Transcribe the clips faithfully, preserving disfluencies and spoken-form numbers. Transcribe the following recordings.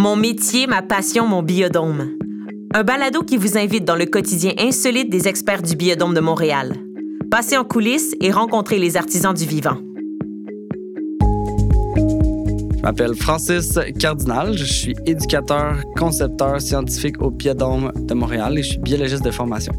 Mon métier, ma passion, mon biodôme. Un balado qui vous invite dans le quotidien insolite des experts du biodôme de Montréal. Passez en coulisses et rencontrez les artisans du vivant. Je m'appelle Francis Cardinal, je suis éducateur, concepteur scientifique au Biodôme de Montréal et je suis biologiste de formation.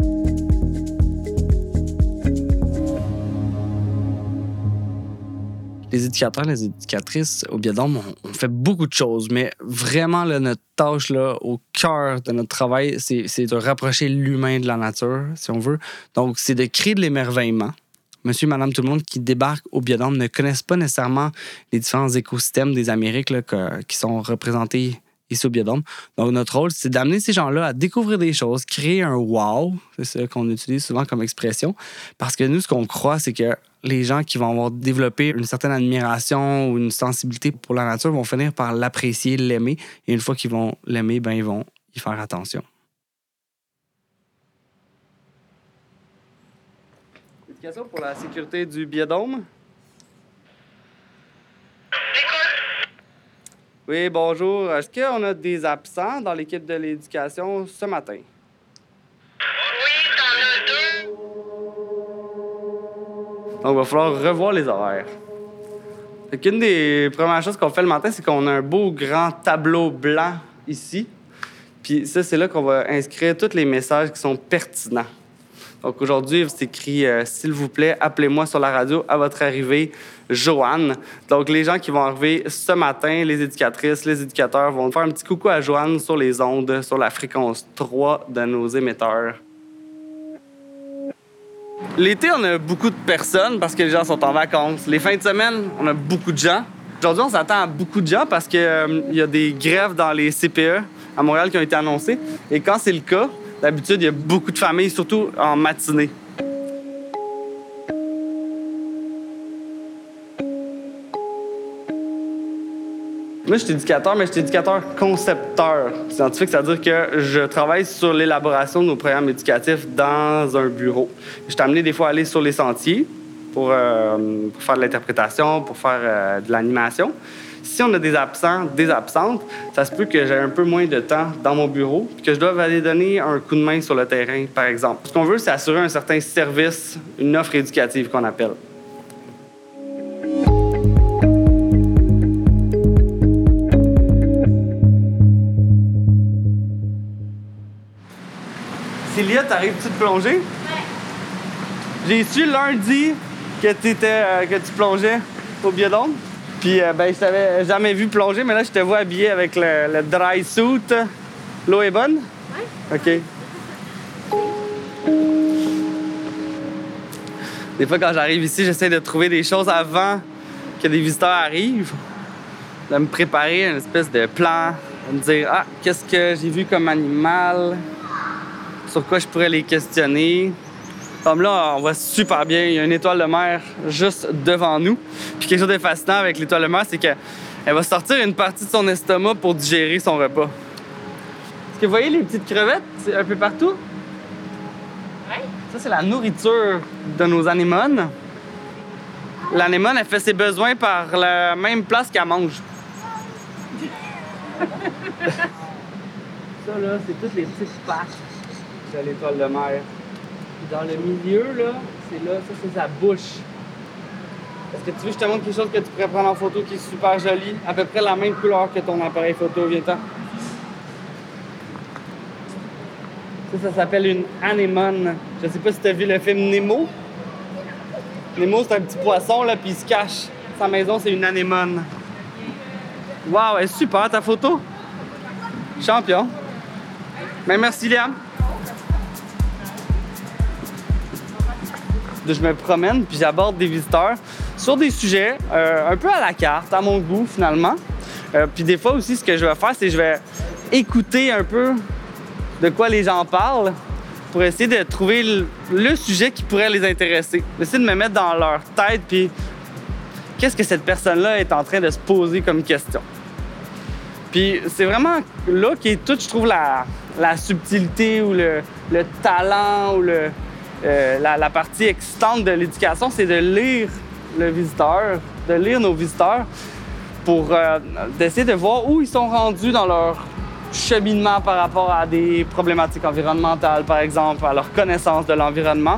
Les éducateurs, les éducatrices au Biodôme, on, on fait beaucoup de choses, mais vraiment, là, notre tâche là, au cœur de notre travail, c'est, c'est de rapprocher l'humain de la nature, si on veut. Donc, c'est de créer de l'émerveillement. Monsieur, madame, tout le monde qui débarque au Biodôme ne connaissent pas nécessairement les différents écosystèmes des Amériques là, que, qui sont représentés ici au Biodôme. Donc, notre rôle, c'est d'amener ces gens-là à découvrir des choses, créer un « wow », c'est ça qu'on utilise souvent comme expression, parce que nous, ce qu'on croit, c'est que les gens qui vont avoir développé une certaine admiration ou une sensibilité pour la nature vont finir par l'apprécier, l'aimer, et une fois qu'ils vont l'aimer, ben, ils vont y faire attention. Éducation pour la sécurité du Biodôme. Oui, bonjour. Est-ce qu'on a des absents dans l'équipe de l'éducation ce matin? Oui, t'en as deux. Donc, il va falloir revoir les horaires. Fait qu'une des premières choses qu'on fait le matin, c'est qu'on a un beau grand tableau blanc ici. Puis ça, c'est là qu'on va inscrire tous les messages qui sont pertinents. Donc aujourd'hui, c'est écrit euh, « S'il vous plaît, appelez-moi sur la radio à votre arrivée, Joanne ». Donc les gens qui vont arriver ce matin, les éducatrices, les éducateurs, vont faire un petit coucou à Joanne sur les ondes, sur la fréquence trois de nos émetteurs. L'été, on a beaucoup de personnes parce que les gens sont en vacances. Les fins de semaine, on a beaucoup de gens. Aujourd'hui, on s'attend à beaucoup de gens parce qu'il euh, y a des grèves dans les C P E à Montréal qui ont été annoncées. Et quand c'est le cas, d'habitude, il y a beaucoup de familles, surtout en matinée. Moi, je suis éducateur, mais je suis éducateur concepteur scientifique, c'est-à-dire que je travaille sur l'élaboration de nos programmes éducatifs dans un bureau. Je suis amené des fois à aller sur les sentiers pour, euh, pour faire de l'interprétation, pour faire euh, de l'animation. Si on a des absents, des absentes, ça se peut que j'ai un peu moins de temps dans mon bureau et que je doive aller donner un coup de main sur le terrain, par exemple. Ce qu'on veut, c'est assurer un certain service, une offre éducative qu'on appelle. Célia, t'arrives-tu de plonger? Oui. J'ai su lundi que, t'étais, euh, que tu plongeais au Biodôme. Puis, euh, ben, je t'avais jamais vu plonger, mais là, je te vois habillé avec le, le dry suit. L'eau est bonne? Oui. OK. Des fois, quand j'arrive ici, j'essaie de trouver des choses avant que des visiteurs arrivent, de me préparer une espèce de plan, de me dire « Ah, qu'est-ce que j'ai vu comme animal? Sur quoi je pourrais les questionner? » Comme là, on voit super bien. Il y a une étoile de mer juste devant nous. Puis quelque chose de fascinant avec l'étoile de mer, c'est qu'elle va sortir une partie de son estomac pour digérer son repas. Est-ce que vous voyez les petites crevettes un peu partout? Oui. Ça, c'est la nourriture de nos anémones. L'anémone, elle fait ses besoins par la même place qu'elle mange. Ça, là, c'est toutes les petites pattes de l'étoile de mer. Dans le milieu, là, c'est là, ça, c'est sa bouche. Est-ce que tu veux que je te montre quelque chose que tu pourrais prendre en photo qui est super joli? À peu près la même couleur que ton appareil photo. Viens-t'en. Ça, ça s'appelle une anémone. Je sais pas si tu as vu le film Nemo. Nemo, c'est un petit poisson, là, puis il se cache. Sa maison, c'est une anémone. Wow, elle est super, ta photo. Champion. Ben, merci, Liam. Je me promène puis j'aborde des visiteurs sur des sujets euh, un peu à la carte, à mon goût finalement. Euh, puis des fois aussi, ce que je vais faire, c'est que je vais écouter un peu de quoi les gens parlent pour essayer de trouver le, le sujet qui pourrait les intéresser. Essayer de me mettre dans leur tête puis qu'est-ce que cette personne-là est en train de se poser comme question. Puis c'est vraiment là qu'est toute, je trouve, la, la subtilité ou le, le talent ou le... Euh, la, la partie excitante de l'éducation, c'est de lire le visiteur, de lire nos visiteurs, pour euh, d'essayer de voir où ils sont rendus dans leur cheminement par rapport à des problématiques environnementales, par exemple, à leur connaissance de l'environnement.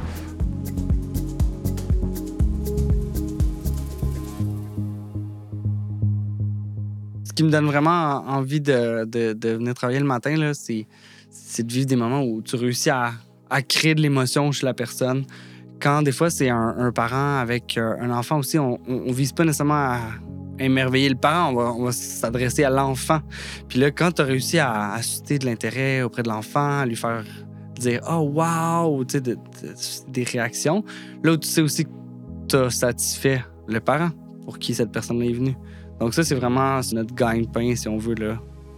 Ce qui me donne vraiment envie de, de, de venir travailler le matin, là, c'est, c'est de vivre des moments où tu réussis à, à créer de l'émotion chez la personne. Quand des fois, c'est un, un parent avec un enfant aussi, on ne vise pas nécessairement à émerveiller le parent, on va, on va s'adresser à l'enfant. Puis là, quand tu as réussi à, à susciter de l'intérêt auprès de l'enfant, à lui faire dire « Oh, wow! » tu sais, de, de, des réactions, là où tu sais aussi que tu as satisfait le parent pour qui cette personne-là est venue. Donc ça, c'est vraiment notre gagne-pain, si on veut, là.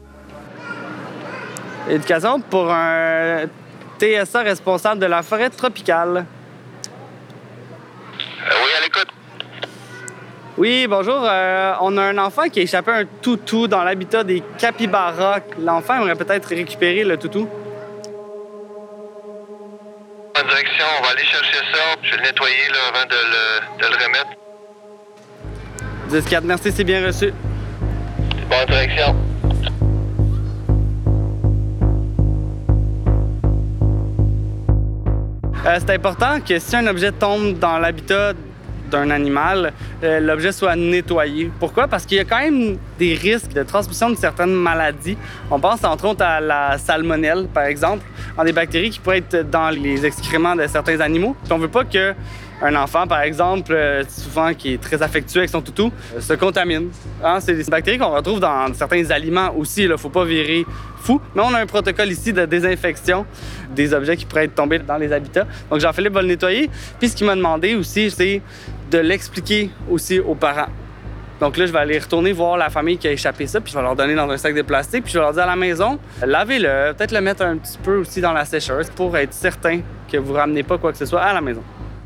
Éducation pour un T S A responsable de la forêt tropicale. Euh, oui, à l'écoute. Oui, bonjour. Euh, on a un enfant qui a échappé un toutou dans l'habitat des capybaras. L'enfant aimerait peut-être récupérer le toutou. Bonne direction, on va aller chercher ça. Je vais le nettoyer là, avant de le, de le remettre. dix quatre, merci, c'est bien reçu. Bonne direction. Euh, c'est important que si un objet tombe dans l'habitat d'un animal, euh, l'objet soit nettoyé. Pourquoi? Parce qu'il y a quand même des risques de transmission de certaines maladies. On pense entre autres à la salmonelle, par exemple, en des bactéries qui pourraient être dans les excréments de certains animaux. Puis on ne veut pas que un enfant, par exemple, euh, souvent qui est très affectueux avec son toutou, euh, se contamine. Hein? C'est des bactéries qu'on retrouve dans certains aliments aussi. Il ne faut pas virer fou. Mais on a un protocole ici de désinfection des objets qui pourraient être tombés dans les habitats. Donc Jean-Philippe va le nettoyer. Puis ce qu'il m'a demandé aussi, c'est de l'expliquer aussi aux parents. Donc là, je vais aller retourner voir la famille qui a échappé ça, puis je vais leur donner dans un sac de plastique, puis je vais leur dire à la maison, lavez-le, peut-être le mettre un petit peu aussi dans la sécheuse pour être certain que vous ne ramenez pas quoi que ce soit à la maison.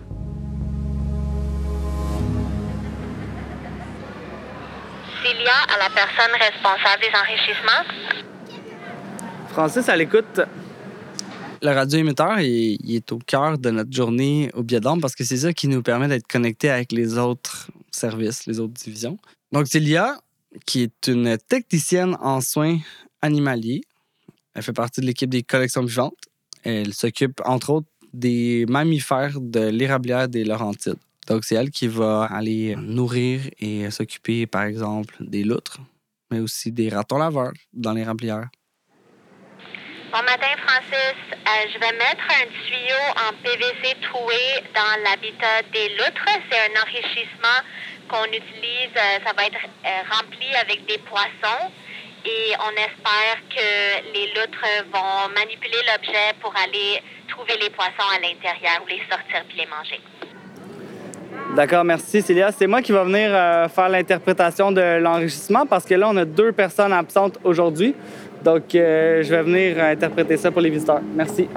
Célia, à la personne responsable des enrichissements. Francis, à l'écoute. Le radioémetteur, il, il est au cœur de notre journée au Biodôme parce que c'est ça qui nous permet d'être connectés avec les autres services, les autres divisions. Donc, Célia, qui est une technicienne en soins animaliers, elle fait partie de l'équipe des collections vivantes. Elle s'occupe, entre autres, des mammifères de l'érablière des Laurentides. Donc, c'est elle qui va aller nourrir et s'occuper, par exemple, des loutres, mais aussi des ratons laveurs dans l'érablière. Bon matin, Francis. Euh, je vais mettre un tuyau en P V C troué dans l'habitat des loutres. C'est un enrichissement qu'on utilise. Euh, ça va être euh, rempli avec des poissons. Et on espère que les loutres vont manipuler l'objet pour aller trouver les poissons à l'intérieur ou les sortir puis les manger. D'accord, merci Célia. C'est moi qui va venir euh, faire l'interprétation de l'enrichissement parce que là, on a deux personnes absentes aujourd'hui. Donc, euh, je vais venir interpréter ça pour les visiteurs. Merci.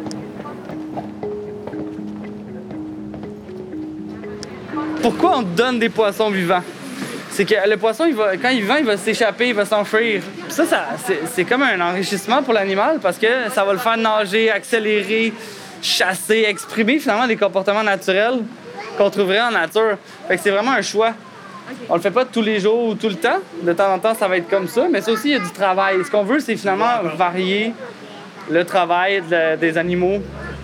Pourquoi on donne des poissons vivants? C'est que le poisson, il va, quand il est vivant, il va s'échapper, il va s'enfuir. Ça, ça c'est, c'est comme un enrichissement pour l'animal parce que ça va le faire nager, accélérer, chasser, exprimer finalement des comportements naturels qu'on trouverait en nature. Fait que c'est vraiment un choix. Okay. On le fait pas tous les jours ou tout le temps. De temps en temps, ça va être comme ça. Mais ça aussi, il y a du travail. Ce qu'on veut, c'est finalement varier le travail de, des animaux.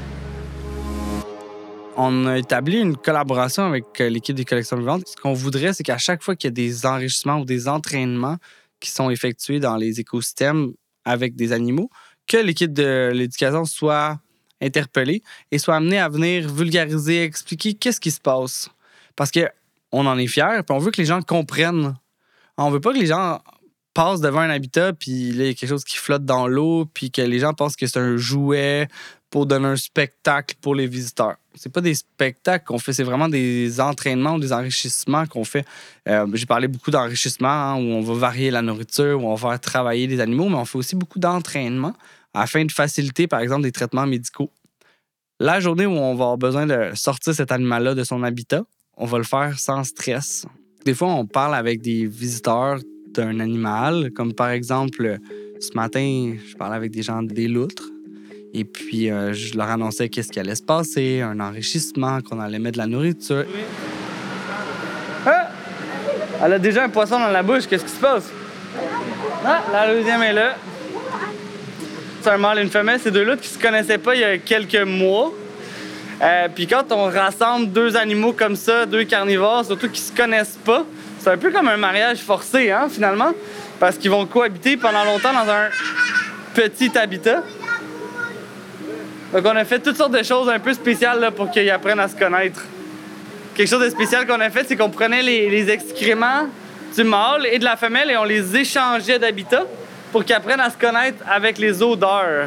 On a établi une collaboration avec l'équipe des collections vivantes. Ce qu'on voudrait, c'est qu'à chaque fois qu'il y a des enrichissements ou des entraînements qui sont effectués dans les écosystèmes avec des animaux, que l'équipe de l'éducation soit interpellée et soit amenée à venir vulgariser, expliquer qu'est-ce qui se passe. Parce que on en est fiers, puis on veut que les gens comprennent. On veut pas que les gens passent devant un habitat, puis là, il y a quelque chose qui flotte dans l'eau, puis que les gens pensent que c'est un jouet pour donner un spectacle pour les visiteurs. C'est pas des spectacles qu'on fait, c'est vraiment des entraînements ou des enrichissements qu'on fait. Euh, j'ai parlé beaucoup d'enrichissement, hein, où on va varier la nourriture, où on va faire travailler les animaux, mais on fait aussi beaucoup d'entraînement afin de faciliter, par exemple, des traitements médicaux. La journée où on va avoir besoin de sortir cet animal-là de son habitat, on va le faire sans stress. Des fois, on parle avec des visiteurs d'un animal, comme par exemple, ce matin, je parlais avec des gens des loutres. Et puis, euh, je leur annonçais qu'est-ce qui allait se passer, un enrichissement, qu'on allait mettre de la nourriture. Oui. Ah! Elle a déjà un poisson dans la bouche. Qu'est-ce qui se passe? Ah, la deuxième est là. C'est un mâle et une femelle. C'est deux loutres qui se connaissaient pas il y a quelques mois. Euh, Puis quand on rassemble deux animaux comme ça, deux carnivores, surtout qui se connaissent pas, c'est un peu comme un mariage forcé, hein, finalement, parce qu'ils vont cohabiter pendant longtemps dans un petit habitat. Donc on a fait toutes sortes de choses un peu spéciales là, pour qu'ils apprennent à se connaître. Quelque chose de spécial qu'on a fait, c'est qu'on prenait les, les excréments du mâle et de la femelle et on les échangeait d'habitat pour qu'ils apprennent à se connaître avec les odeurs.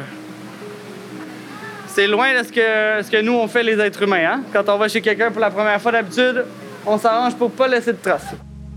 C'est loin de ce que, ce que nous, on fait les êtres humains. Hein? Quand on va chez quelqu'un pour la première fois, d'habitude, on s'arrange pour pas laisser de traces.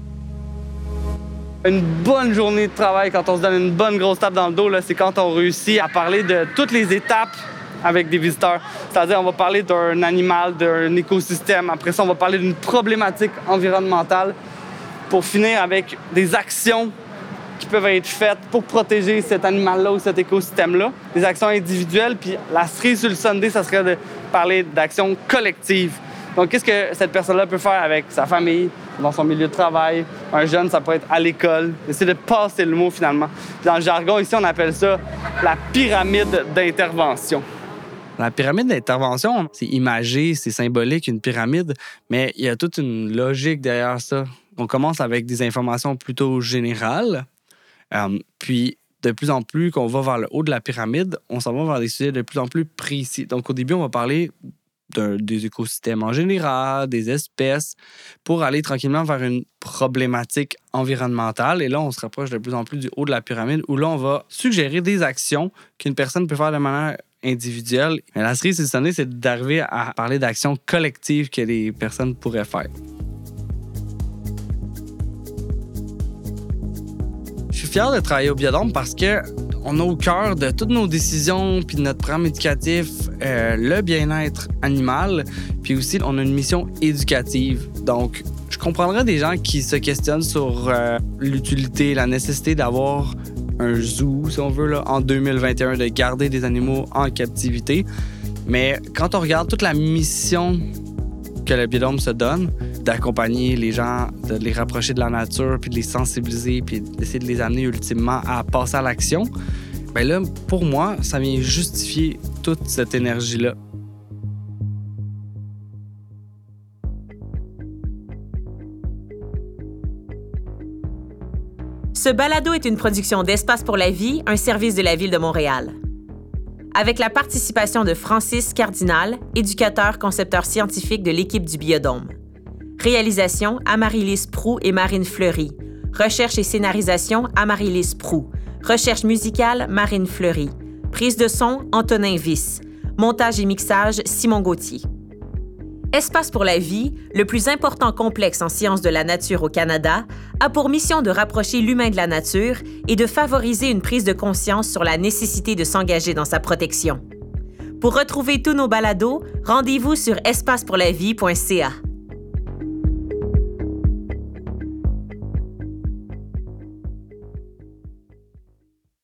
Une bonne journée de travail, quand on se donne une bonne grosse tape dans le dos, là, c'est quand on réussit à parler de toutes les étapes avec des visiteurs. C'est-à-dire, on va parler d'un animal, d'un écosystème. Après ça, on va parler d'une problématique environnementale pour finir avec des actions qui peuvent être faites pour protéger cet animal-là ou cet écosystème-là. Des actions individuelles, puis la cerise sur le Sunday, ça serait de parler d'actions collectives. Donc, qu'est-ce que cette personne-là peut faire avec sa famille, dans son milieu de travail? Un jeune, ça peut être à l'école. Essayer de passer le mot, finalement. Puis dans le jargon, ici, on appelle ça la pyramide d'intervention. La pyramide d'intervention, c'est imagé, c'est symbolique, une pyramide, mais il y a toute une logique derrière ça. On commence avec des informations plutôt générales, euh, puis de plus en plus qu'on va vers le haut de la pyramide, on s'en va vers des sujets de plus en plus précis. Donc au début, on va parler de, des écosystèmes en général, des espèces, pour aller tranquillement vers une problématique environnementale. Et là, on se rapproche de plus en plus du haut de la pyramide, où là, on va suggérer des actions qu'une personne peut faire de manière individuelle. Mais la cerise sur le Sunday, c'est d'arriver à parler d'actions collectives que les personnes pourraient faire. Je suis fier de travailler au Biodôme parce que on a au cœur de toutes nos décisions puis de notre programme éducatif euh, le bien-être animal, puis aussi on a une mission éducative. Donc, je comprendrais des gens qui se questionnent sur euh, l'utilité, la nécessité d'avoir un zoo, si on veut, là, en deux mille vingt et un, de garder des animaux en captivité. Mais quand on regarde toute la mission que le Biodôme se donne, d'accompagner les gens, de les rapprocher de la nature, puis de les sensibiliser, puis d'essayer de les amener ultimement à passer à l'action, bien là, pour moi, ça vient justifier toute cette énergie-là. Ce balado est une production d'Espace pour la vie, un service de la Ville de Montréal. Avec la participation de Francis Cardinal, éducateur concepteur scientifique de l'équipe du Biodôme. Réalisation, Amaryllis Proux et Marine Fleury. Recherche et scénarisation, Amaryllis Proux. Recherche musicale, Marine Fleury. Prise de son, Antonin Vyss. Montage et mixage, Simon Gauthier. Espace pour la vie, le plus important complexe en sciences de la nature au Canada, a pour mission de rapprocher l'humain de la nature et de favoriser une prise de conscience sur la nécessité de s'engager dans sa protection. Pour retrouver tous nos balados, rendez-vous sur espace pour la vie point c a.